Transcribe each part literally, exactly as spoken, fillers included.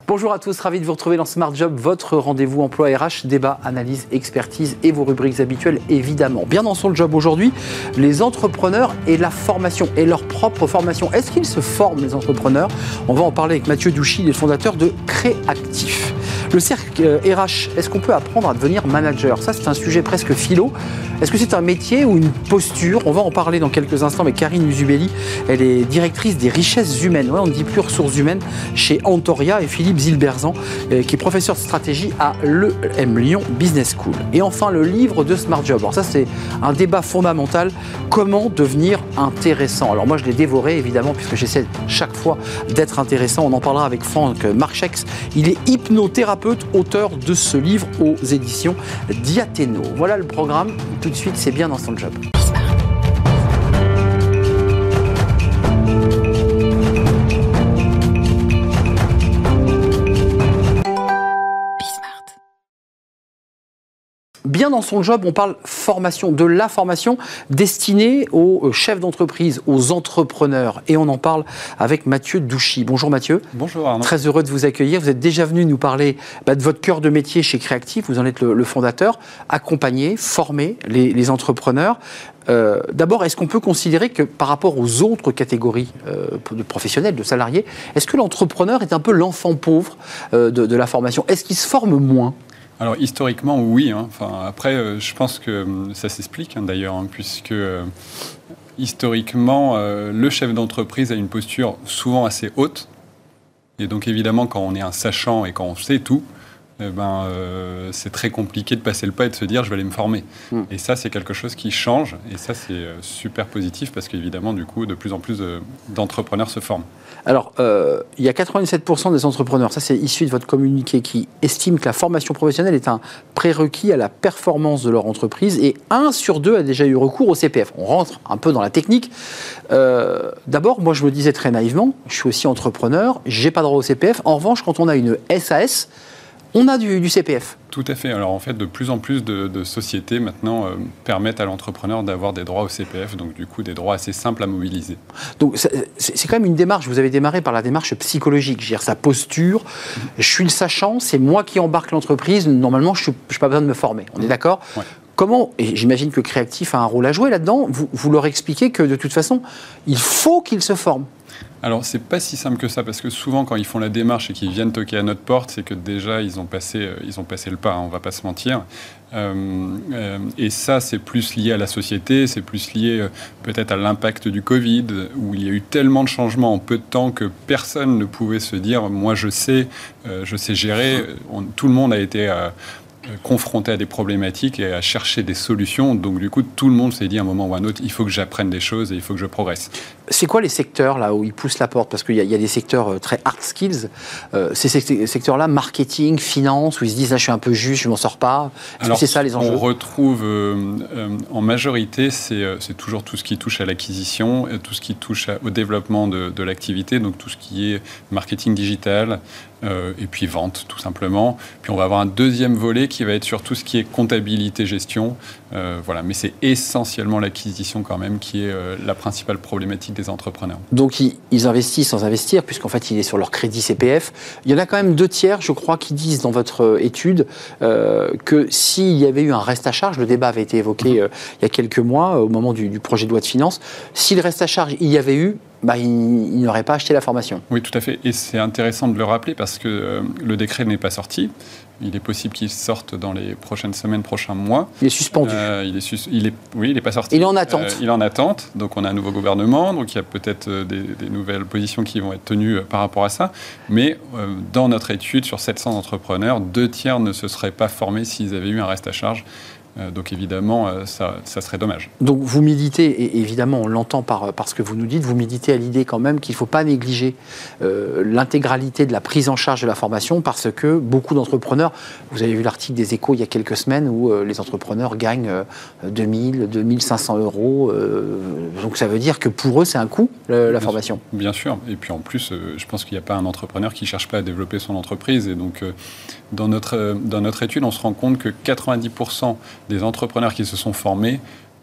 Bonjour à tous, ravi de vous retrouver dans Smart Job, votre rendez-vous emploi R H, débat, analyse, expertise et vos rubriques habituelles évidemment. Bien dans son job aujourd'hui, les entrepreneurs et la formation et leur propre formation. Est-ce qu'ils se forment les entrepreneurs? On va en parler avec Mathieu Douchy, le fondateur de Créactif. Le cercle R H, est-ce qu'on peut apprendre à devenir manager? Ça, c'est un sujet presque philo. Est-ce que c'est un métier ou une posture? On va en parler dans quelques instants avec Karine Uzubeli. Elle est directrice des richesses humaines. Ouais, on ne dit plus ressources humaines chez Antoria, et Philippe Zilberzan, euh, qui est professeur de stratégie à l'E M Lyon Business School. Et enfin, le livre de Smart Job. Alors ça, c'est un débat fondamental. Comment devenir intéressant? Alors moi, je l'ai dévoré, évidemment, puisque j'essaie chaque fois d'être intéressant. On en parlera avec Franck Marchex. Il est hypnothérapeute, auteur de ce livre aux éditions Diathéno. Voilà le programme. Tout de suite, c'est bien dans son job. Bien dans son job, on parle formation, de la formation destinée aux chefs d'entreprise, aux entrepreneurs. Et on en parle avec Mathieu Douchy. Bonjour Mathieu. Bonjour Arnaud. Très heureux de vous accueillir. Vous êtes déjà venu nous parler bah, de votre cœur de métier chez Créactif. Vous en êtes le, le fondateur. Accompagner, former les, les entrepreneurs. Euh, d'abord, est-ce qu'on peut considérer que par rapport aux autres catégories euh, de professionnels, de salariés, est-ce que l'entrepreneur est un peu l'enfant pauvre euh, de, de la formation? Est-ce qu'il se forme moins? Alors historiquement, oui. Hein. Enfin, après, euh, je pense que ça s'explique hein, d'ailleurs, hein, puisque euh, historiquement, euh, le chef d'entreprise a une posture souvent assez haute. Et donc évidemment, quand on est un sachant et quand on sait tout, eh ben, euh, c'est très compliqué de passer le pas et de se dire je vais aller me former. Mmh. Et ça, c'est quelque chose qui change. Et ça, c'est euh, super positif parce qu'évidemment, du coup, de plus en plus de, d'entrepreneurs se forment. Alors, euh, il y a quatre-vingt-dix-sept pour cent des entrepreneurs, ça c'est issu de votre communiqué, qui estiment que la formation professionnelle est un prérequis à la performance de leur entreprise et un sur deux a déjà eu recours au C P F. On rentre un peu dans la technique. Euh, d'abord, moi je me disais très naïvement, je suis aussi entrepreneur, j'ai pas droit au C P F. En revanche, quand on a une S A S, on a du, du C P F. Tout à fait. Alors en fait, de plus en plus de, de sociétés maintenant euh, permettent à l'entrepreneur d'avoir des droits au C P F, donc du coup des droits assez simples à mobiliser. Donc c'est, c'est quand même une démarche, vous avez démarré par la démarche psychologique, je veux dire sa posture, mmh. je suis le sachant, c'est moi qui embarque l'entreprise, normalement je n'ai pas besoin de me former, on mmh. est d'accord? Ouais. Comment, et j'imagine que Créactif a un rôle à jouer là-dedans, vous, vous leur expliquez que de toute façon, il faut qu'ils se forment. Alors, c'est pas si simple que ça, parce que souvent, quand ils font la démarche et qu'ils viennent toquer à notre porte, c'est que déjà, ils ont passé, euh, ils ont passé le pas, hein, on va pas se mentir. Euh, euh, et ça, c'est plus lié à la société, c'est plus lié euh, peut-être à l'impact du Covid, où il y a eu tellement de changements en peu de temps que personne ne pouvait se dire « moi, je sais, euh, je sais gérer ». Tout le monde a été... Euh, confronté à des problématiques et à chercher des solutions. Donc, du coup, tout le monde s'est dit à un moment ou à un autre, il faut que j'apprenne des choses et il faut que je progresse. C'est quoi les secteurs là où ils poussent la porte? Parce qu'il y, y a des secteurs très hard skills. Euh, ces secteurs-là, marketing, finance, où ils se disent, là, je suis un peu juste, je m'en sors pas. Est-ce Alors, que c'est ça les enjeux? On retrouve, euh, euh, en majorité, c'est, euh, c'est toujours tout ce qui touche à l'acquisition, tout ce qui touche à, au développement de, de l'activité, donc tout ce qui est marketing digital, Euh, et puis vente, tout simplement. Puis on va avoir un deuxième volet qui va être sur tout ce qui est comptabilité, gestion. Euh, voilà. Mais c'est essentiellement l'acquisition quand même qui est euh, la principale problématique des entrepreneurs. Donc ils, ils investissent sans investir, puisqu'en fait il est sur leur crédit C P F. Il y en a quand même deux tiers, je crois, qui disent dans votre étude euh, que s'il y avait eu un reste à charge, le débat avait été évoqué euh, il y a quelques mois, euh, au moment du, du projet de loi de finances, si le reste à charge il y avait eu, bah, il, il n'aurait pas acheté la formation. Oui, tout à fait. Et c'est intéressant de le rappeler parce que euh, le décret n'est pas sorti. Il est possible qu'il sorte dans les prochaines semaines, prochains mois. Il est suspendu. Euh, il est sus- il est, oui, il n'est pas sorti. Il est en attente. Euh, il est en attente. Donc, on a un nouveau gouvernement. Donc, il y a peut-être des, des nouvelles positions qui vont être tenues par rapport à ça. Mais euh, dans notre étude, sur sept cents entrepreneurs, deux tiers ne se seraient pas formés s'ils avaient eu un reste à charge. Euh, donc évidemment, euh, ça, ça serait dommage. Donc vous militez, et évidemment on l'entend par, par ce que vous nous dites, vous militez à l'idée quand même qu'il ne faut pas négliger euh, l'intégralité de la prise en charge de la formation parce que beaucoup d'entrepreneurs, vous avez vu l'article des Échos il y a quelques semaines où euh, les entrepreneurs gagnent euh, deux mille, deux mille cinq cents euros. Euh, donc ça veut dire que pour eux c'est un coût, le, la bien formation. Sûr, bien sûr. Et puis en plus, euh, je pense qu'il n'y a pas un entrepreneur qui ne cherche pas à développer son entreprise. Et donc euh, dans, notre, euh, dans notre étude, on se rend compte que quatre-vingt-dix pour cent des entrepreneurs qui se sont formés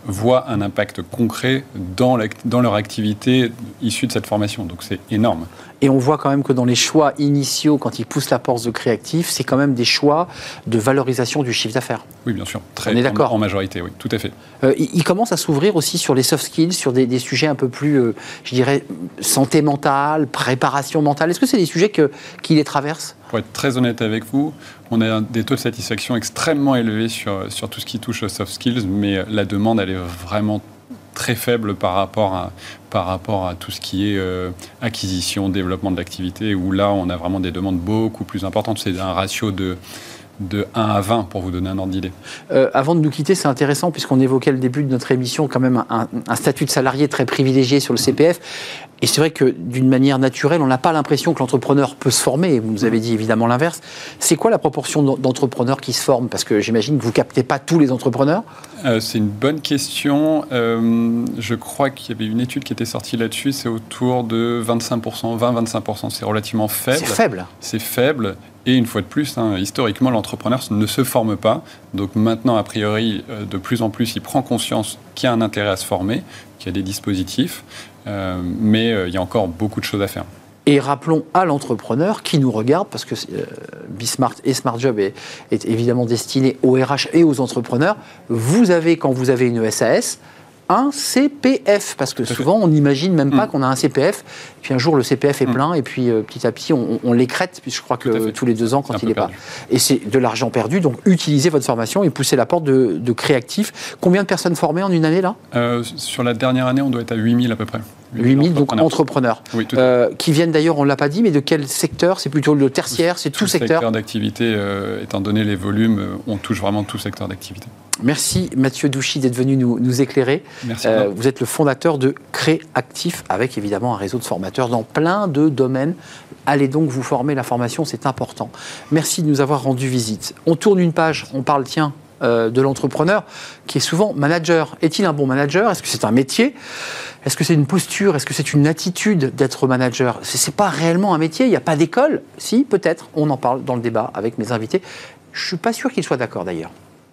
voient un impact concret dans, la, dans leur activité issue de cette formation. Donc c'est énorme. Et on voit quand même que dans les choix initiaux, quand ils poussent la porte de Créactif, c'est quand même des choix de valorisation du chiffre d'affaires. Oui, bien sûr. Très, on est d'accord. En, en majorité, oui, tout à fait. Euh, ils, ils commencent à s'ouvrir aussi sur les soft skills, sur des, des sujets un peu plus, euh, je dirais, santé mentale, préparation mentale. Est-ce que c'est des sujets que, qui les traversent ? Pour être très honnête avec vous, on a des taux de satisfaction extrêmement élevés sur, sur tout ce qui touche aux soft skills, mais la demande, elle est vraiment très faible par rapport à, par rapport à tout ce qui est euh, acquisition, développement de l'activité, où là, on a vraiment des demandes beaucoup plus importantes. C'est un ratio de, de un à vingt, pour vous donner un ordre d'idée. Euh, avant de nous quitter, c'est intéressant, puisqu'on évoquait le début de notre émission, quand même un, un statut de salarié très privilégié sur le C P F. Et c'est vrai que d'une manière naturelle, on n'a pas l'impression que l'entrepreneur peut se former. Vous nous avez dit évidemment l'inverse. C'est quoi la proportion d'entrepreneurs qui se forment ? Parce que j'imagine que vous ne captez pas tous les entrepreneurs. Euh, c'est une bonne question. Euh, je crois qu'il y avait une étude qui était sortie là-dessus. C'est autour de vingt-cinq pour cent, vingt à vingt-cinq pour cent. C'est relativement faible. C'est faible. C'est faible. Et une fois de plus, hein, historiquement, l'entrepreneur ne se forme pas. Donc maintenant, a priori, euh, de plus en plus, il prend conscience qu'il y a un intérêt à se former, qu'il y a des dispositifs. Euh, mais euh, il y a encore beaucoup de choses à faire. Et rappelons à l'entrepreneur qui nous regarde, parce que euh, BeSmart et SmartJob est, est évidemment destiné aux R H et aux entrepreneurs, vous avez, quand vous avez une S A S, un C P F, parce que souvent on n'imagine même pas mmh. qu'on a un C P F, puis un jour le C P F est mmh. plein, et puis euh, petit à petit on, on l'écrète, puis je crois que tous les deux ans quand il n'est pas. Et c'est de l'argent perdu, donc utilisez votre formation et poussez la porte de, de Créactif. Combien de personnes formées en une année là ? euh, Sur la dernière année, on doit être à huit mille à peu près. huit mille, donc entrepreneurs, oui, euh, qui viennent d'ailleurs, on ne l'a pas dit, mais de quel secteur ? C'est plutôt le tertiaire, c'est tout, tout secteur secteur d'activité, euh, étant donné les volumes, euh, on touche vraiment tout secteur d'activité. Merci Mathieu Douchy d'être venu nous, nous éclairer. Merci. Euh, vous êtes le fondateur de Créactif, avec évidemment un réseau de formateurs dans plein de domaines. Allez donc vous former, la formation c'est important. Merci de nous avoir rendu visite. On tourne une page, on parle tiens euh, de l'entrepreneur qui est souvent manager. Est-il un bon manager ? Est-ce que c'est un métier ? Est-ce que c'est une posture ? Est-ce que c'est une attitude d'être manager ? Ce n'est pas réellement un métier, il n'y a pas d'école. Si, peut-être, on en parle dans le débat avec mes invités. Je ne suis pas sûr qu'ils soient d'accord d'ailleurs.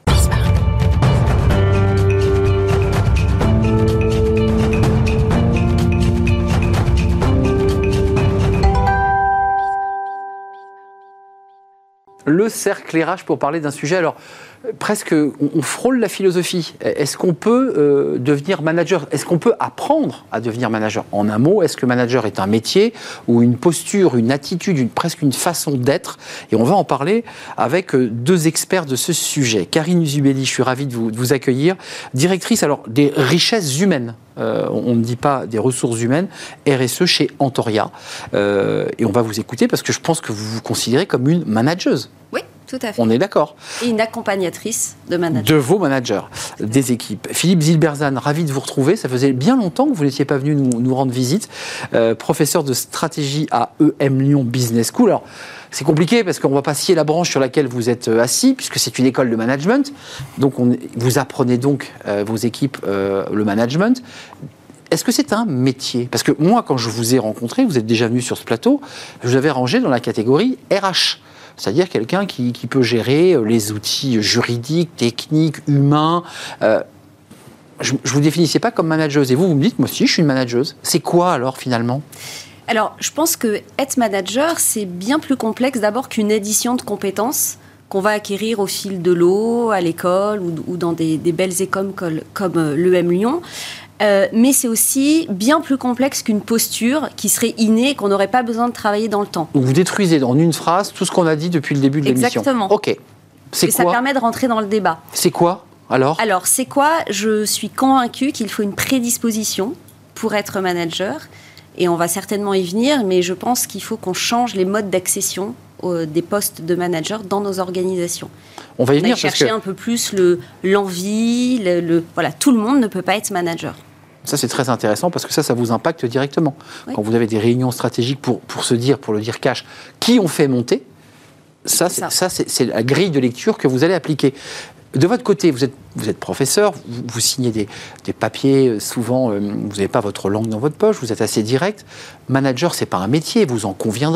Le cercle R H pour parler d'un sujet, alors presque on, on frôle la philosophie. Est-ce qu'on peut euh, devenir manager ? Est-ce qu'on peut apprendre à devenir manager ? En un mot, est-ce que manager est un métier ou une posture, une attitude, une, presque une façon d'être ? Et on va en parler avec euh, deux experts de ce sujet. Karine Zubelli, je suis ravi de vous, de vous accueillir, directrice alors des richesses humaines. Euh, on ne dit pas des ressources humaines, R S E chez Antoria. Euh, et on va vous écouter parce que je pense que vous vous considérez comme une manageuse. Oui, tout à fait. On est d'accord. Et une accompagnatrice de managers. De vos managers, des équipes. Philippe Zilberzan, ravi de vous retrouver. Ça faisait bien longtemps que vous n'étiez pas venu nous, nous rendre visite. Euh, professeur de stratégie à E M Lyon Business School. Alors, c'est compliqué parce qu'on ne va pas scier la branche sur laquelle vous êtes assis, puisque c'est une école de management. Donc, on, vous apprenez donc euh, vos équipes euh, le management. Est-ce que c'est un métier ? Parce que moi, quand je vous ai rencontré, vous êtes déjà venu sur ce plateau, je vous avais rangé dans la catégorie R H. C'est-à-dire quelqu'un qui, qui peut gérer les outils juridiques, techniques, humains. Euh, je ne vous définissais pas comme manageuse. Et vous, vous me dites, moi aussi, je suis une manageuse. C'est quoi alors, finalement ? Alors, je pense que être manager, c'est bien plus complexe d'abord qu'une addition de compétences qu'on va acquérir au fil de l'eau, à l'école ou, ou dans des, des belles écoles comme, comme euh, l'E M Lyon. Euh, mais c'est aussi bien plus complexe qu'une posture qui serait innée et qu'on n'aurait pas besoin de travailler dans le temps. Donc vous détruisez en une phrase tout ce qu'on a dit depuis le début de l'émission. Exactement. Ok. C'est et quoi ? Ça permet de rentrer dans le débat. C'est quoi alors ? Alors, c'est quoi ? Je suis convaincue qu'il faut une prédisposition pour être manager. Et on va certainement y venir, mais je pense qu'il faut qu'on change les modes d'accession euh, des postes de manager dans nos organisations. On va y venir parce que... chercher un peu plus le, l'envie, le, le, voilà, tout le monde ne peut pas être manager. Ça, c'est très intéressant parce que ça, ça vous impacte directement. Oui. Quand vous avez des réunions stratégiques pour, pour se dire, pour le dire cash, qui ont fait monter, ça, c'est, ça. ça c'est, c'est la grille de lecture que vous allez appliquer. De votre côté, vous êtes, vous êtes professeur, vous, vous signez des, des papiers, souvent, euh, vous n'avez pas votre langue dans votre poche, vous êtes assez direct. Manager, ce n'est pas un métier, vous en conviendrez.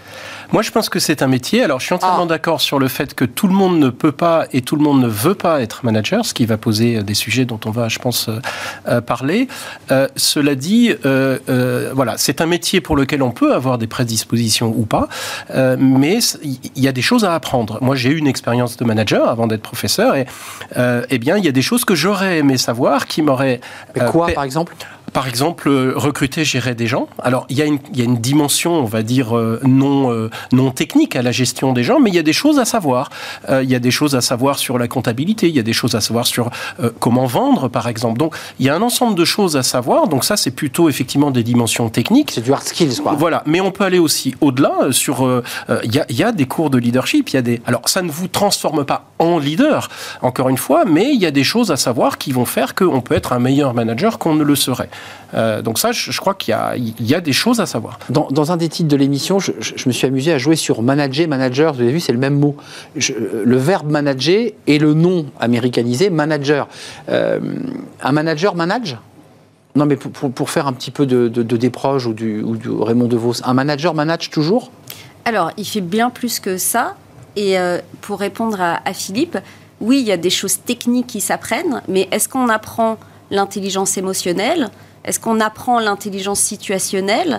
Moi, je pense que c'est un métier. Alors, je suis entièrement Ah. d'accord sur le fait que tout le monde ne peut pas et tout le monde ne veut pas être manager, ce qui va poser des sujets dont on va, je pense, euh, parler. Euh, cela dit, euh, euh, voilà, c'est un métier pour lequel on peut avoir des prédispositions ou pas, euh, mais il y a des choses à apprendre. Moi, j'ai eu une expérience de manager avant d'être professeur, et euh, eh bien, il y a des choses que j'aurais aimé savoir, qui m'auraient... Euh, Quoi, euh, par exemple ? Par exemple, euh, recruter, gérer des gens. Alors, il y a une, il y a une dimension, on va dire, euh, non, euh, non technique à la gestion des gens, mais il y a des choses à savoir. Euh, il y a des choses à savoir sur la comptabilité, il y a des choses à savoir sur euh, comment vendre, par exemple. Donc, il y a un ensemble de choses à savoir. Donc, ça, c'est plutôt, effectivement, des dimensions techniques. C'est du hard skills, quoi. Voilà. Mais on peut aller aussi au-delà sur... euh, euh, il y a, il y a des cours de leadership. Il y a des... Alors, ça ne vous transforme pas en leader, encore une fois, mais il y a des choses à savoir qui vont faire qu'on peut être un meilleur manager qu'on ne le serait. Euh, donc ça, je, je crois qu'il y a, il y a des choses à savoir. Dans, dans un des titres de l'émission, je, je, je me suis amusé à jouer sur manager, manager. Vous avez vu, c'est le même mot. Je, le verbe manager et le nom américanisé, manager. Euh, un manager manage ? Non, mais pour, pour, pour faire un petit peu de, de, de Desproges ou du, ou du Raymond DeVos, un manager manage toujours ? Alors, il fait bien plus que ça. Et euh, pour répondre à, à Philippe, oui, il y a des choses techniques qui s'apprennent, mais est-ce qu'on apprend l'intelligence émotionnelle ? Est-ce qu'on apprend l'intelligence situationnelle ?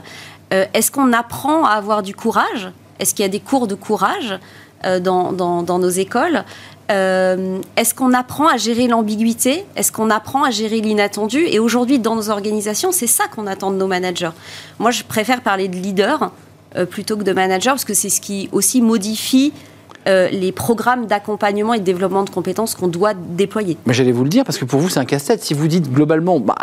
euh, Est-ce qu'on apprend à avoir du courage ? Est-ce qu'il y a des cours de courage euh, dans, dans, dans nos écoles ? euh, Est-ce qu'on apprend à gérer l'ambiguïté ? Est-ce qu'on apprend à gérer l'inattendu ? Et aujourd'hui, dans nos organisations, c'est ça qu'on attend de nos managers. Moi, je préfère parler de leader euh, plutôt que de manager, parce que c'est ce qui aussi modifie Euh, les programmes d'accompagnement et de développement de compétences qu'on doit déployer. Mais j'allais vous le dire, parce que pour vous, c'est un casse-tête. Si vous dites globalement, bah,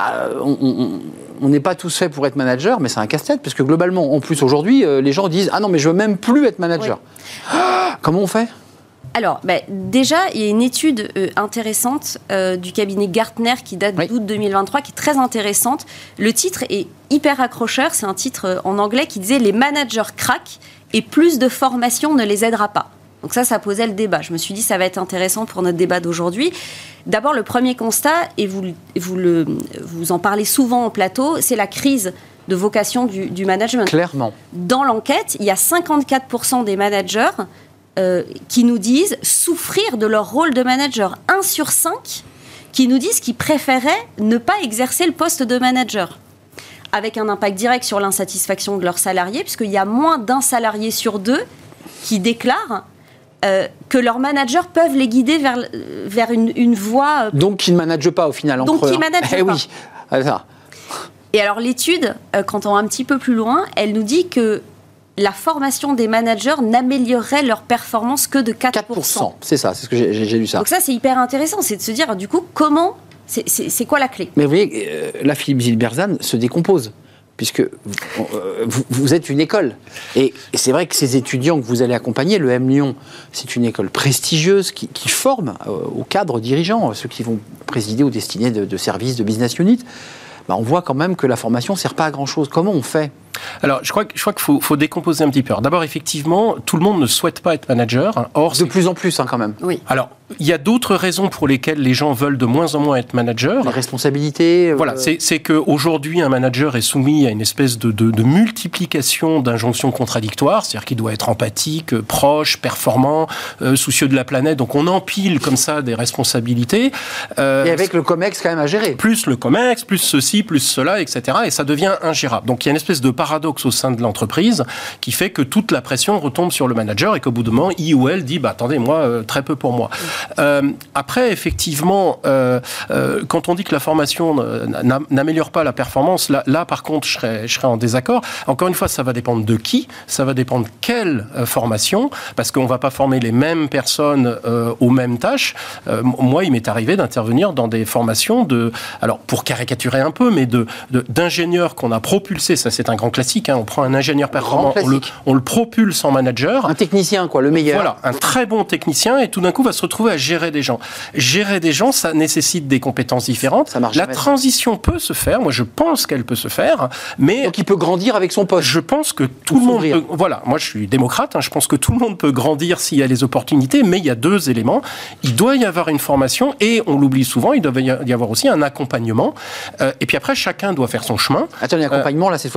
on n'est pas tous faits pour être manager, mais c'est un casse-tête, parce que globalement, en plus aujourd'hui, euh, les gens disent « Ah non, mais je veux même plus être manager. Oui. » Comment on fait ? Alors, bah, déjà, il y a une étude euh, intéressante euh, du cabinet Gartner qui date oui. d'août deux mille vingt-trois, qui est très intéressante. Le titre est hyper accrocheur, c'est un titre euh, en anglais qui disait « Les managers craquent et plus de formation ne les aidera pas ». Donc ça, ça posait le débat. Je me suis dit, ça va être intéressant pour notre débat d'aujourd'hui. D'abord, le premier constat, et vous, vous, le, vous en parlez souvent en plateau, c'est la crise de vocation du, du management. Clairement. Dans l'enquête, il y a cinquante-quatre pour cent des managers euh, qui nous disent souffrir de leur rôle de manager. un sur cinq qui nous disent qu'ils préféraient ne pas exercer le poste de manager, avec un impact direct sur l'insatisfaction de leurs salariés, puisqu'il y a moins d'un salarié sur deux qui déclarent Euh, que leurs managers peuvent les guider vers, vers une, une voie... Euh, Donc, qui ne managent pas, au final. Donc, qui ne managent eh pas. Oui. Ah, ça. Et alors, l'étude, euh, quand on va un petit peu plus loin, elle nous dit que la formation des managers n'améliorerait leur performance que de quatre pour cent. quatre pour cent, c'est ça, c'est ce que j'ai, j'ai lu ça. Donc ça, c'est hyper intéressant, c'est de se dire, du coup, comment... C'est, c'est, c'est quoi la clé ? Mais vous voyez, euh, là, Philippe Zilberzan se décompose, puisque vous, vous, vous êtes une école. Et, et c'est vrai que ces étudiants que vous allez accompagner, le M Lyon, c'est une école prestigieuse qui, qui forme euh, aux cadres dirigeants, ceux qui vont présider aux destinées de, de services, de business unit. Bah, on voit quand même que la formation ne sert pas à grand-chose. Comment on fait ? Alors, je crois, je crois qu'il faut, faut décomposer un petit peu. D'abord, effectivement, tout le monde ne souhaite pas être manager. Hein. Or, de plus en plus, hein, quand même. Oui. Alors, il y a d'autres raisons pour lesquelles les gens veulent de moins en moins être manager. Les responsabilités. Euh... Voilà, c'est, c'est qu'aujourd'hui, un manager est soumis à une espèce de, de, de multiplication d'injonctions contradictoires, c'est-à-dire qu'il doit être empathique, proche, performant, euh, soucieux de la planète. Donc, on empile comme ça des responsabilités. Euh, Et avec le COMEX quand même à gérer. Plus le COMEX, plus ceci, plus cela, et cetera. Et ça devient ingérable. Donc, il y a une espèce de paradoxe au sein de l'entreprise qui fait que toute la pression retombe sur le manager et qu'au bout d'un moment, il ou elle dit bah, « attendez, moi, euh, très peu pour moi ». Euh, après, effectivement, euh, euh, quand on dit que la formation n'a, n'améliore pas la performance, là, là par contre, je serais, je serais en désaccord. Encore une fois, ça va dépendre de qui, ça va dépendre quelle euh, formation, parce qu'on ne va pas former les mêmes personnes euh, aux mêmes tâches. Euh, moi, il m'est arrivé d'intervenir dans des formations de, alors pour caricaturer un peu, mais de, de, d'ingénieurs qu'on a propulsés, ça c'est un grand classique, hein, on prend un ingénieur performant, on le, on le propulse en manager. Un technicien, quoi, le meilleur. Voilà, un très bon technicien, et tout d'un coup va se retrouver à gérer des gens. Gérer des gens, ça nécessite des compétences différentes. Ça marche La jamais. transition peut se faire, moi je pense qu'elle peut se faire, mais... Donc il peut grandir avec son poste. Je pense que tout le monde peut... Voilà, moi je suis démocrate, hein, je pense que tout le monde peut grandir s'il y a les opportunités, mais il y a deux éléments. Il doit y avoir une formation, et on l'oublie souvent, il doit y avoir aussi un accompagnement. Euh, et puis après, chacun doit faire son chemin. Attendez, accompagnement, euh, là cette fois-ci en soft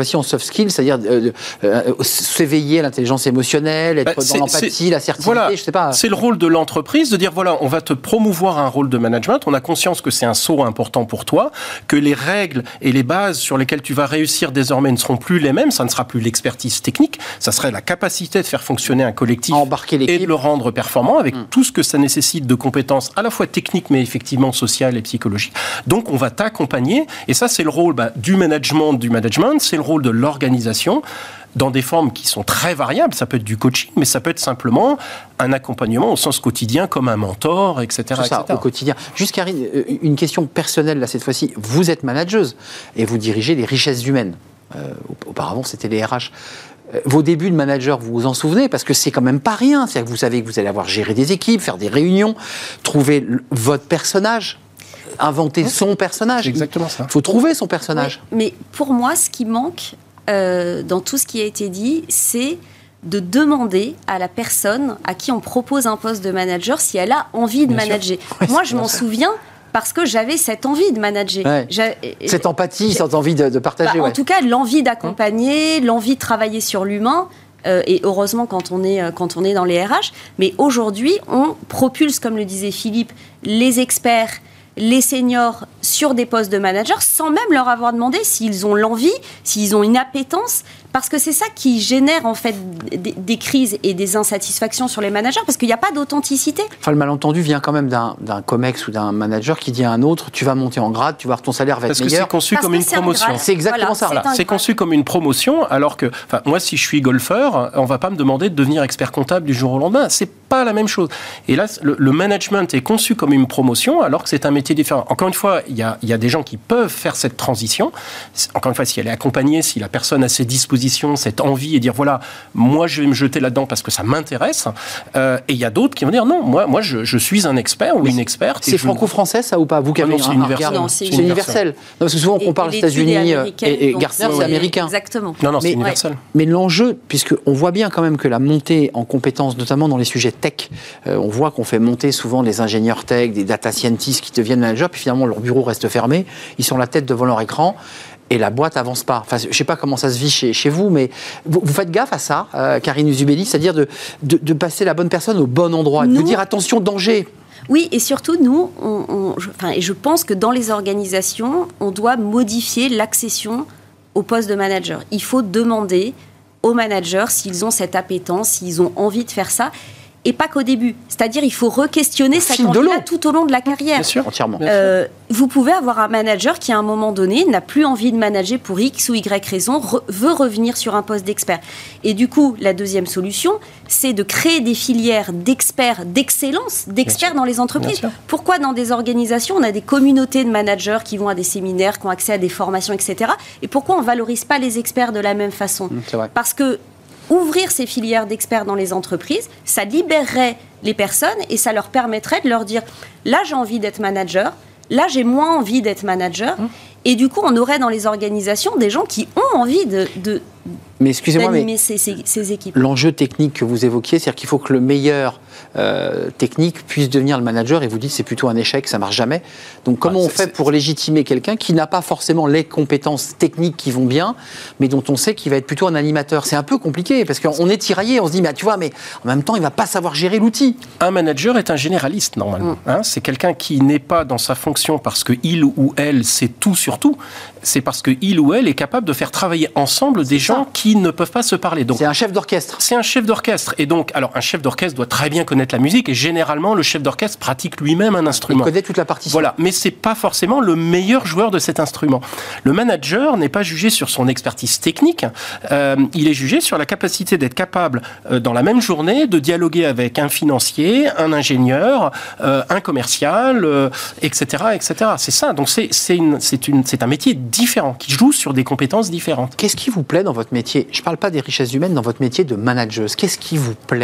skills, c'est-à-dire euh, euh, s'éveiller à l'intelligence émotionnelle, être bah, dans l'empathie, l'assertivité, voilà, je sais pas. C'est le rôle de l'entreprise de dire voilà, on va te promouvoir un rôle de management, on a conscience que c'est un saut important pour toi, que les règles et les bases sur lesquelles tu vas réussir désormais ne seront plus les mêmes, ça ne sera plus l'expertise technique, ça serait la capacité de faire fonctionner un collectif et de le rendre performant avec mmh. tout ce que ça nécessite de compétences à la fois techniques mais effectivement sociales et psychologiques. Donc on va t'accompagner et ça c'est le rôle bah, du management, du management, c'est le rôle de l'organisation dans des formes qui sont très variables. Ça peut être du coaching, mais ça peut être simplement un accompagnement au sens quotidien, comme un mentor, et cetera. C'est ça, et cetera. Au quotidien. Juste Karine, une question personnelle, là, cette fois-ci. Vous êtes manageuse et vous dirigez les richesses humaines. Euh, auparavant, c'était les R H. Euh, vos débuts de manager, vous vous en souvenez? Parce que c'est quand même pas rien. C'est-à-dire que vous savez que vous allez avoir géré des équipes, faire des réunions, trouver l- votre personnage, inventer oui. son personnage. C'est exactement ça. Il faut trouver son personnage. Oui, mais pour moi, ce qui manque... Euh, dans tout ce qui a été dit, c'est de demander à la personne à qui on propose un poste de manager si elle a envie de bien manager. Ouais, Moi, je m'en ça. souviens parce que j'avais cette envie de manager. Ouais. Cette empathie, cette envie de, de partager. Bah, ouais. En tout cas, l'envie d'accompagner, mmh. l'envie de travailler sur l'humain. Euh, et heureusement quand on est, quand on est dans les R H. Mais aujourd'hui, on propulse, comme le disait Philippe, les experts, les seniors sur des postes de manager sans même leur avoir demandé s'ils ont l'envie, s'ils ont une appétence, parce que c'est ça qui génère en fait des, des crises et des insatisfactions sur les managers, parce qu'il n'y a pas d'authenticité. Enfin, le malentendu vient quand même d'un, d'un comex ou d'un manager qui dit à un autre, tu vas monter en grade, tu vas voir ton salaire va être parce meilleur. Que c'est conçu parce comme que une c'est promotion. C'est exactement voilà, ça. C'est, voilà. c'est conçu comme une promotion, alors que, enfin, moi, si je suis golfeur, on va pas me demander de devenir expert comptable du jour au lendemain. C'est pas la même chose. Et là, le, le management est conçu comme une promotion, alors que c'est un métier différent. Encore une fois, il y a, il y a des gens qui peuvent faire cette transition. Encore une fois, si elle est accompagnée, si la personne a ses dispositions, cette envie et dire voilà, moi je vais me jeter là-dedans parce que ça m'intéresse. Euh, et il y a d'autres qui vont dire non, moi, moi je, je suis un expert ou mais une experte. C'est franco-français ça ou pas? Vous qui avez non, c'est, un, universel. Un non, c'est, c'est universel. Non, parce que souvent on compare les États-Unis et, et Gartner, c'est américain. Exactement. Non, non, mais, c'est universel. Ouais. Mais l'enjeu, puisqu'on voit bien quand même que la montée en compétences, notamment dans les sujets tech, euh, on voit qu'on fait monter souvent des ingénieurs tech, des data scientists qui deviennent managers, puis finalement leur bureau reste fermé, ils sont la tête devant leur écran. Et la boîte avance pas. Enfin, je ne sais pas comment ça se vit chez, chez vous, mais vous, vous faites gaffe à ça, euh, Karine Uzubeli, c'est-à-dire de, de, de passer la bonne personne au bon endroit, nous, de dire attention, danger. Oui, et surtout, nous, on, on, je, enfin, et je pense que dans les organisations, on doit modifier l'accession au poste de manager. Il faut demander aux managers s'ils ont cette appétence, s'ils ont envie de faire ça. Et pas qu'au début. C'est-à-dire, il faut re-questionner cette envie-là tout au long de la carrière. Bien sûr, entièrement. Euh, vous pouvez avoir un manager qui, à un moment donné, n'a plus envie de manager pour X ou Y raison, re- veut revenir sur un poste d'expert. Et du coup, la deuxième solution, c'est de créer des filières d'experts, d'excellence, d'experts dans les entreprises. Pourquoi dans des organisations, on a des communautés de managers qui vont à des séminaires, qui ont accès à des formations, et cetera. Et pourquoi on ne valorise pas les experts de la même façon ? Mmh, c'est vrai. Parce que ouvrir ces filières d'experts dans les entreprises, ça libérerait les personnes et ça leur permettrait de leur dire « là, j'ai envie d'être manager, là, j'ai moins envie d'être manager mmh. ». Et du coup, on aurait dans les organisations des gens qui ont envie de, de, mais excusez-moi, d'animer mais ces, ces, ces équipes. L'enjeu technique que vous évoquiez, c'est-à-dire qu'il faut que le meilleur euh, technique puisse devenir le manager, et vous dites que c'est plutôt un échec, ça ne marche jamais. Donc comment ah, on fait c'est... pour légitimer quelqu'un qui n'a pas forcément les compétences techniques qui vont bien, mais dont on sait qu'il va être plutôt un animateur? C'est un peu compliqué, parce qu'on est tiraillé, on se dit, mais tu vois, mais en même temps, il ne va pas savoir gérer l'outil. Un manager est un généraliste, normalement. Mmh. Hein, c'est quelqu'un qui n'est pas dans sa fonction parce qu'il ou elle sait tout sur tout, c'est parce qu'il ou elle est capable de faire travailler ensemble des gens ça. qui ne peuvent pas se parler. Donc, c'est un chef d'orchestre. C'est un chef d'orchestre. Et donc, alors, un chef d'orchestre doit très bien connaître la musique, et généralement, le chef d'orchestre pratique lui-même un instrument. Il connaît toute la partition. Voilà, mais c'est pas forcément le meilleur joueur de cet instrument. Le manager n'est pas jugé sur son expertise technique, euh, il est jugé sur la capacité d'être capable, euh, dans la même journée, de dialoguer avec un financier, un ingénieur, euh, un commercial, euh, et cetera, et cetera. C'est ça. Donc, c'est, c'est, une, c'est, une, c'est un métier différent, qui joue sur des compétences différentes. Qu'est-ce qui vous plaît dans votre métier ? Je ne parle pas des richesses humaines, dans votre métier de manageuse. Qu'est-ce qui vous plaît ?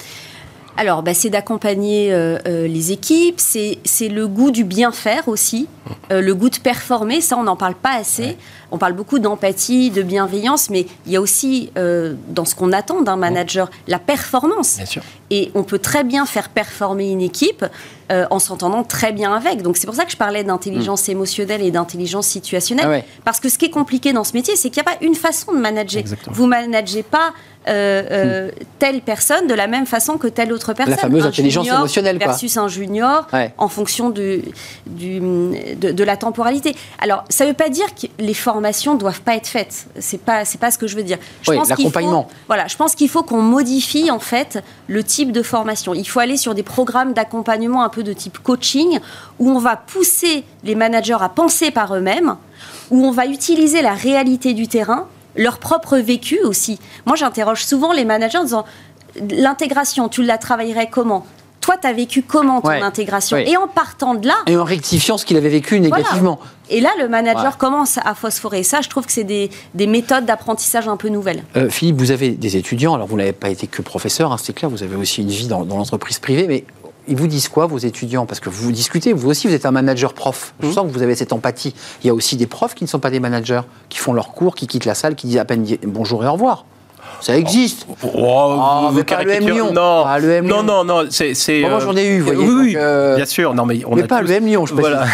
Alors, bah, c'est d'accompagner euh, euh, les équipes, c'est, c'est le goût du bien faire aussi, euh, le goût de performer, ça on n'en parle pas assez. Ouais. On parle beaucoup d'empathie, de bienveillance, mais il y a aussi, euh, dans ce qu'on attend d'un manager, la performance. Bien sûr. Et on peut très bien faire performer une équipe euh, en s'entendant très bien avec. Donc c'est pour ça que je parlais d'intelligence mmh. émotionnelle et d'intelligence situationnelle. Ah ouais. Parce que ce qui est compliqué dans ce métier, c'est qu'il n'y a pas une façon de manager. Exactement. Vous ne managez pas euh, euh, mmh. telle personne de la même façon que telle autre personne. La fameuse un intelligence émotionnelle. Versus quoi. un junior ouais. en fonction du, du, de, de la temporalité. Alors ça ne veut pas dire que les formations ne doivent pas être faites. Ce n'est pas, c'est pas ce que je veux dire. Je oui, pense l'accompagnement. Qu'il faut, voilà, je pense qu'il faut qu'on modifie en fait le type de formation. Il faut aller sur des programmes d'accompagnement un peu de type coaching où on va pousser les managers à penser par eux-mêmes, où on va utiliser la réalité du terrain, leur propre vécu aussi. Moi, j'interroge souvent les managers en disant l'intégration, tu la travaillerais comment ? Toi, tu as vécu comment ton ouais. intégration ouais. Et en partant de là... Et en rectifiant ce qu'il avait vécu négativement. Voilà. Et là, le manager ouais. commence à phosphorer. Ça, je trouve que c'est des, des méthodes d'apprentissage un peu nouvelles. Euh, Philippe, vous avez des étudiants. Alors, vous n'avez pas été que professeur, hein, c'est clair. Vous avez aussi une vie dans, dans l'entreprise privée. Mais ils vous disent quoi, vos étudiants ? Parce que vous discutez. Vous aussi, vous êtes un manager prof. Je mmh. sens que vous avez cette empathie. Il y a aussi des profs qui ne sont pas des managers, qui font leur cours, qui quittent la salle, qui disent à peine bonjour et au revoir. Ça existe. Oh, oh, oh, mais pas l'E M Lyon. Non, ah, l'E M non, non, non, c'est... c'est bon, moi, j'en ai eu, vous voyez. Oui, oui, euh... bien sûr. Non, mais on mais a pas tous... l'E M Lyon, je pense. Voilà.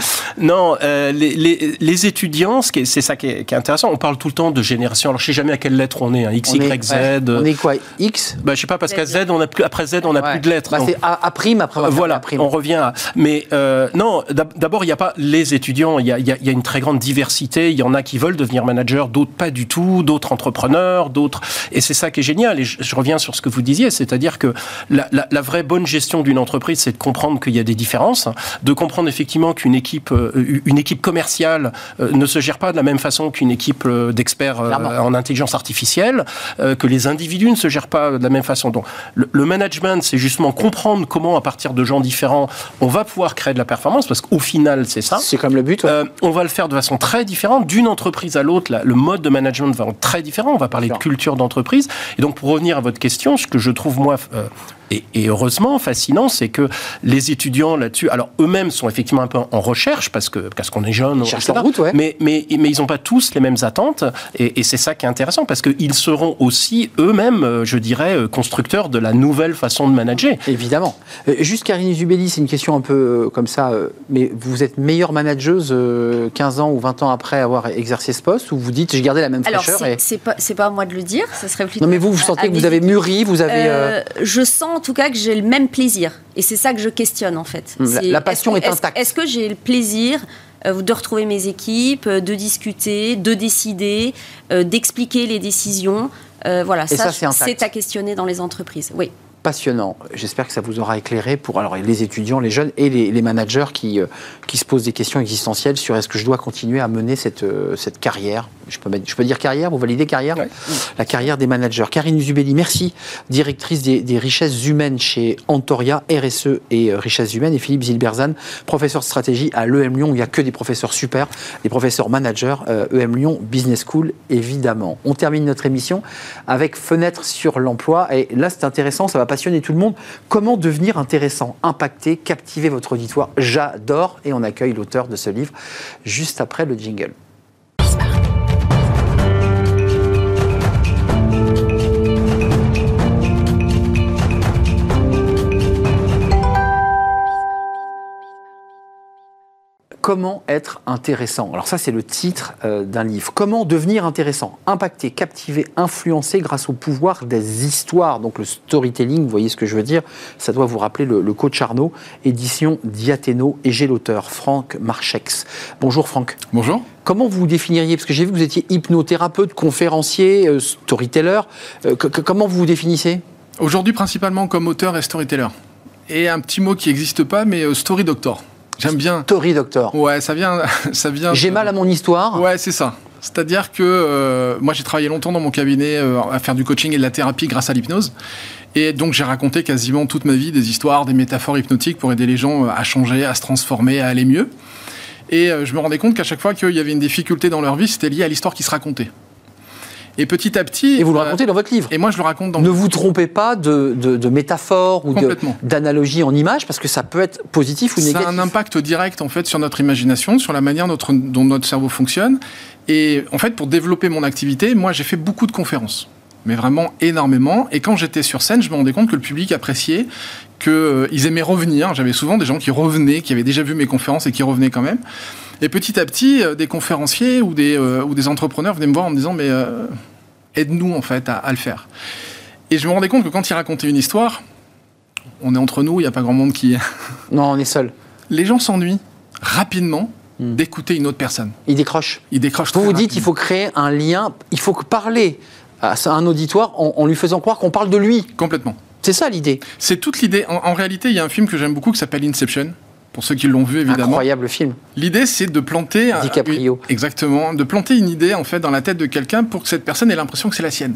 non, euh, les, les, les étudiants, ce qui est, c'est ça qui est, qui est intéressant. On parle tout le temps de génération. Alors, je ne sais jamais à quelle lettre on est. Hein, X, on Y, est, Z. Ouais. On est quoi, X bah, je ne sais pas, parce qu'à Z, on a plus, après Z, on n'a ouais. plus de lettres. Bah, donc... c'est A, A prime, après on va Voilà, A prime. On revient à... Mais euh, non, d'abord, il n'y a pas les étudiants. Il y a, y, a, y a une très grande diversité. Il y en a qui veulent devenir manager, d'autres pas du tout, d'autres entrepreneurs, d'autres... Et c'est ça qui est génial. Et je, je reviens sur ce que vous disiez, c'est-à-dire que la, la, la vraie bonne gestion d'une entreprise, c'est de comprendre qu'il y a des différences, de comprendre effectivement qu'une équipe, euh, une équipe commerciale euh, ne se gère pas de la même façon qu'une équipe euh, d'experts euh, en intelligence artificielle, euh, que les individus ne se gèrent pas de la même façon. Donc, le, le management, c'est justement comprendre comment, à partir de gens différents, on va pouvoir créer de la performance, parce qu'au final, c'est ça. C'est comme le but. Ouais. Euh, on va le faire de façon très différente, d'une entreprise à l'autre. La, le mode de management va être très différent. On va parler de culture d'entreprise. Et donc, pour revenir à votre question, ce que je trouve, moi, euh, et, et heureusement fascinant, c'est que les étudiants là-dessus, alors eux-mêmes sont effectivement un peu en recherche, parce, que, parce qu'on est jeunes, ils cherchent leur route, ouais. mais, mais, mais ils n'ont pas tous les mêmes attentes, et, et c'est ça qui est intéressant, parce qu'ils seront aussi eux-mêmes, je dirais, constructeurs de la nouvelle façon de manager. Évidemment. Euh, juste Karine Zubelli, c'est une question un peu euh, comme ça, euh, mais vous êtes meilleure manageuse euh, quinze ans ou vingt ans après avoir exercé ce poste, ou vous dites, j'ai gardé la même alors, fraîcheur c'est, et... c'est, pas, c'est pas à moi de le dire, ça serait plutôt... Non mais vous, vous sentez que vous avez mûri, vous avez... Euh, je sens en tout cas que j'ai le même plaisir. Et c'est ça que je questionne en fait. La, la passion est, est intacte. Est-ce, est-ce que j'ai le plaisir euh, de retrouver mes équipes, de discuter, de décider, euh, d'expliquer les décisions euh, Voilà, et ça, ça c'est, c'est à questionner dans les entreprises. Oui. Passionnant. J'espère que ça vous aura éclairé pour alors, les étudiants, les jeunes et les, les managers qui, euh, qui se posent des questions existentielles sur est-ce que je dois continuer à mener cette, euh, cette carrière. Je peux, mettre, je peux dire carrière, vous validez carrière ouais. La carrière des managers. Karine Zubelli, merci, directrice des, des richesses humaines chez Antoria, R S E et euh, richesses humaines. Et Philippe Zilberzan, professeur de stratégie à l'E M Lyon, où il n'y a que des professeurs super, des professeurs managers, euh, E M Lyon Business School, évidemment. On termine notre émission avec Fenêtre sur l'emploi. Et là, c'est intéressant, ça va passionner tout le monde. Comment devenir intéressant, impacter, captiver votre auditoire ? J'adore. Et on accueille l'auteur de ce livre juste après le jingle. Comment être intéressant ? Alors ça, c'est le titre euh, d'un livre. Comment devenir intéressant ? Impacter, captiver, influencer grâce au pouvoir des histoires. Donc le storytelling, vous voyez ce que je veux dire ? Ça doit vous rappeler le, le coach Arnaud, édition Diathéno, et j'ai l'auteur, Franck Marchex. Bonjour Franck. Bonjour. Comment vous vous définiriez ? Parce que j'ai vu que vous étiez hypnothérapeute, conférencier, euh, storyteller. Euh, c- comment vous vous définissez ? Aujourd'hui, principalement comme auteur et storyteller. Et un petit mot qui n'existe pas, mais euh, story doctor. J'aime bien. Story doctor. Ouais, ça vient. Ça vient j'ai de... mal à mon histoire. Ouais, c'est ça. C'est-à-dire que euh, moi, j'ai travaillé longtemps dans mon cabinet euh, à faire du coaching et de la thérapie grâce à l'hypnose. Et donc, j'ai raconté quasiment toute ma vie des histoires, des métaphores hypnotiques pour aider les gens à changer, à se transformer, à aller mieux. Et euh, je me rendais compte qu'à chaque fois qu'il y avait une difficulté dans leur vie, c'était lié à l'histoire qui se racontait. Et petit à petit... Et vous le racontez euh, dans votre livre. Et moi, je le raconte dans... Ne vous trompez pas de, de, de métaphores ou de, d'analogies en images, parce que ça peut être positif ou négatif. Ça a un impact direct, en fait, sur notre imagination, sur la manière notre, dont notre cerveau fonctionne. Et en fait, pour développer mon activité, moi, j'ai fait beaucoup de conférences. mais vraiment énormément. Et quand j'étais sur scène, je me rendais compte que le public appréciait, qu'ils euh, aimaient revenir. J'avais souvent des gens qui revenaient, qui avaient déjà vu mes conférences et qui revenaient quand même. Et petit à petit, euh, des conférenciers ou des, euh, ou des entrepreneurs venaient me voir en me disant « mais euh, aide-nous en fait à, à le faire ». Et je me rendais compte que quand ils racontaient une histoire, on est entre nous, il n'y a pas grand monde qui... Non, on est seul. Les gens s'ennuient rapidement hmm. d'écouter une autre personne. Ils décrochent. Ils décrochent Vous très vous dites rapidement. qu'il faut créer un lien, il faut parler à un auditoire en, en lui faisant croire qu'on parle de lui. Complètement. C'est ça l'idée. C'est toute l'idée. En, en réalité, il y a un film que j'aime beaucoup qui s'appelle Inception. Pour ceux qui l'ont vu, évidemment. Incroyable film. L'idée, c'est de planter... DiCaprio. Une, exactement. De planter une idée, en fait, dans la tête de quelqu'un pour que cette personne ait l'impression que c'est la sienne.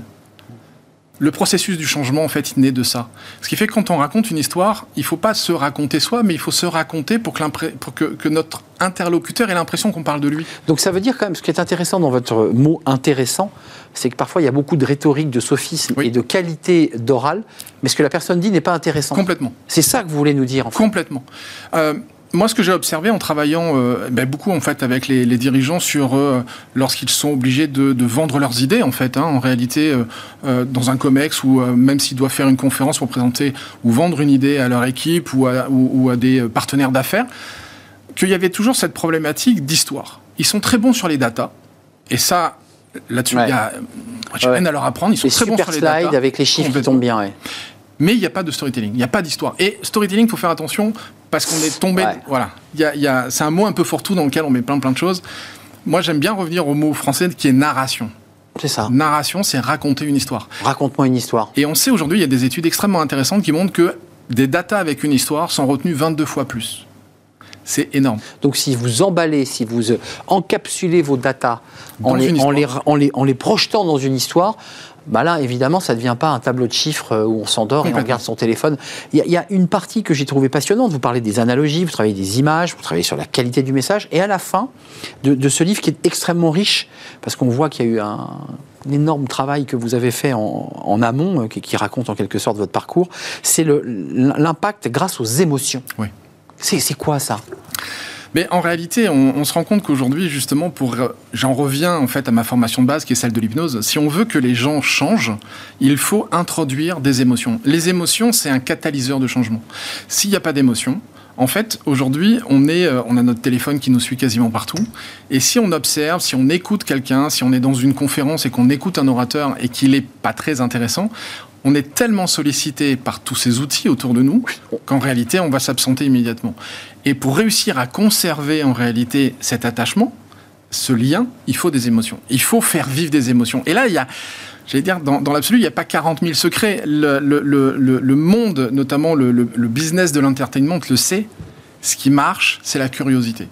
Le processus du changement, en fait, il naît de ça. Ce qui fait que quand on raconte une histoire, il ne faut pas se raconter soi, mais il faut se raconter pour que, pour que, que notre interlocuteur ait l'impression qu'on parle de lui. Donc ça veut dire quand même, ce qui est intéressant dans votre mot intéressant, c'est que parfois il y a beaucoup de rhétorique, de sophisme oui. et de qualité d'oral, mais ce que la personne dit n'est pas intéressant. Complètement. C'est ça que vous voulez nous dire, en fait. Complètement. Euh, Moi, ce que j'ai observé en travaillant euh, ben, beaucoup en fait avec les, les dirigeants sur euh, lorsqu'ils sont obligés de, de vendre leurs idées en fait, hein, en réalité euh, euh, dans un COMEX ou euh, même s'ils doivent faire une conférence pour présenter ou vendre une idée à leur équipe ou à, ou, ou à des partenaires d'affaires, qu'il y avait toujours cette problématique d'histoire. Ils sont très bons sur les datas et ça, là-dessus, il ouais. y a j'ai ouais. rien à leur apprendre. Ils sont les très bons sur les datas. Les slides avec les chiffres qui tombent bien. Ouais. Mais il n'y a pas de storytelling, il n'y a pas d'histoire. Et storytelling, il faut faire attention parce qu'on est tombé... Ouais. Voilà, y a, y a, c'est un mot un peu fourre-tout dans lequel on met plein plein de choses. Moi, j'aime bien revenir au mot français qui est narration. C'est ça. Narration, c'est raconter une histoire. Raconte-moi une histoire. Et on sait aujourd'hui, il y a des études extrêmement intéressantes qui montrent que des datas avec une histoire sont retenues vingt-deux fois plus. C'est énorme. Donc si vous emballez, si vous encapsulez vos datas en les, en, les, en, les, en les projetant dans une histoire... Bah là, évidemment, ça ne devient pas un tableau de chiffres où on s'endort et on regarde son téléphone. Il y, y a une partie que j'ai trouvée passionnante. Vous parlez des analogies, vous travaillez des images, vous travaillez sur la qualité du message. Et à la fin de, de ce livre qui est extrêmement riche, parce qu'on voit qu'il y a eu un, un énorme travail que vous avez fait en, en amont, qui, qui raconte en quelque sorte votre parcours, c'est le, l'impact grâce aux émotions. Oui. C'est, c'est quoi ça ? Mais en réalité, on, on se rend compte qu'aujourd'hui, justement, pour, j'en reviens en fait à ma formation de base, qui est celle de l'hypnose. Si on veut que les gens changent, il faut introduire des émotions. Les émotions, c'est un catalyseur de changement. S'il n'y a pas d'émotions, en fait, aujourd'hui, on est, on a notre téléphone qui nous suit quasiment partout. Et si on observe, si on écoute quelqu'un, si on est dans une conférence et qu'on écoute un orateur et qu'il n'est pas très intéressant, on est tellement sollicité par tous ces outils autour de nous qu'en réalité, on va s'absenter immédiatement. Et pour réussir à conserver en réalité cet attachement, ce lien, il faut des émotions. Il faut faire vivre des émotions. Et là, il y a, j'allais dire, dans, dans l'absolu, il n'y a pas quarante mille secrets. Le, le, le, le monde, notamment le, le, le business de l'entertainment, le sait. Ce qui marche, c'est la curiosité.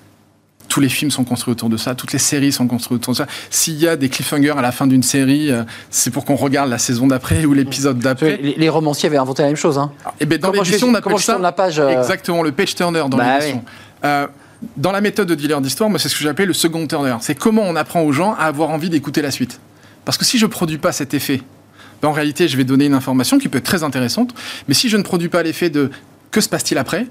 Tous les films sont construits autour de ça, toutes les séries sont construites autour de ça. S'il y a des cliffhangers à la fin d'une série, c'est pour qu'on regarde la saison d'après ou l'épisode d'après. Les, les romanciers avaient inventé la même chose. Hein. Et ben dans comment l'édition, on appelle ça la page, euh... exactement le page turner dans bah l'édition. Oui. Euh, dans la méthode de dealer d'histoire, moi c'est ce que j'appelle le second turner. C'est comment on apprend aux gens à avoir envie d'écouter la suite. Parce que si je ne produis pas cet effet, ben en réalité je vais donner une information qui peut être très intéressante, mais si je ne produis pas l'effet de que se passe-t-il après,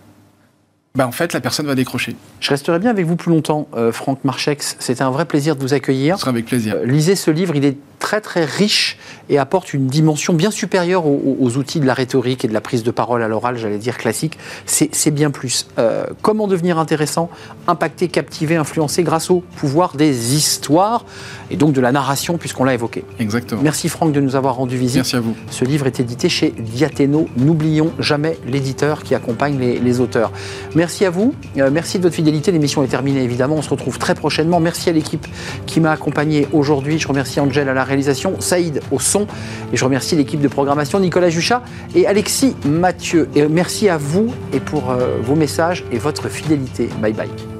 bah en fait, la personne va décrocher. Je resterai bien avec vous plus longtemps, euh, Franck Marchex. C'était un vrai plaisir de vous accueillir. Ce sera avec plaisir. Euh, lisez ce livre, il est très très riche et apporte une dimension bien supérieure aux, aux outils de la rhétorique et de la prise de parole à l'oral, j'allais dire classique. C'est, c'est bien plus. Euh, comment devenir intéressant, impacter, captiver, influencer grâce au pouvoir des histoires et donc de la narration, puisqu'on l'a évoqué. Exactement. Merci Franck de nous avoir rendu visite. Merci à vous. Ce livre est édité chez Diathéno. N'oublions jamais l'éditeur qui accompagne les, les auteurs. Merci à vous. Euh, merci de votre fidélité. L'émission est terminée, évidemment. On se retrouve très prochainement. Merci à l'équipe qui m'a accompagné aujourd'hui. Je remercie Angel à la réalisation, Saïd au son. Et je remercie l'équipe de programmation, Nicolas Juchat et Alexis Mathieu. Et merci à vous et pour euh, vos messages et votre fidélité. Bye bye.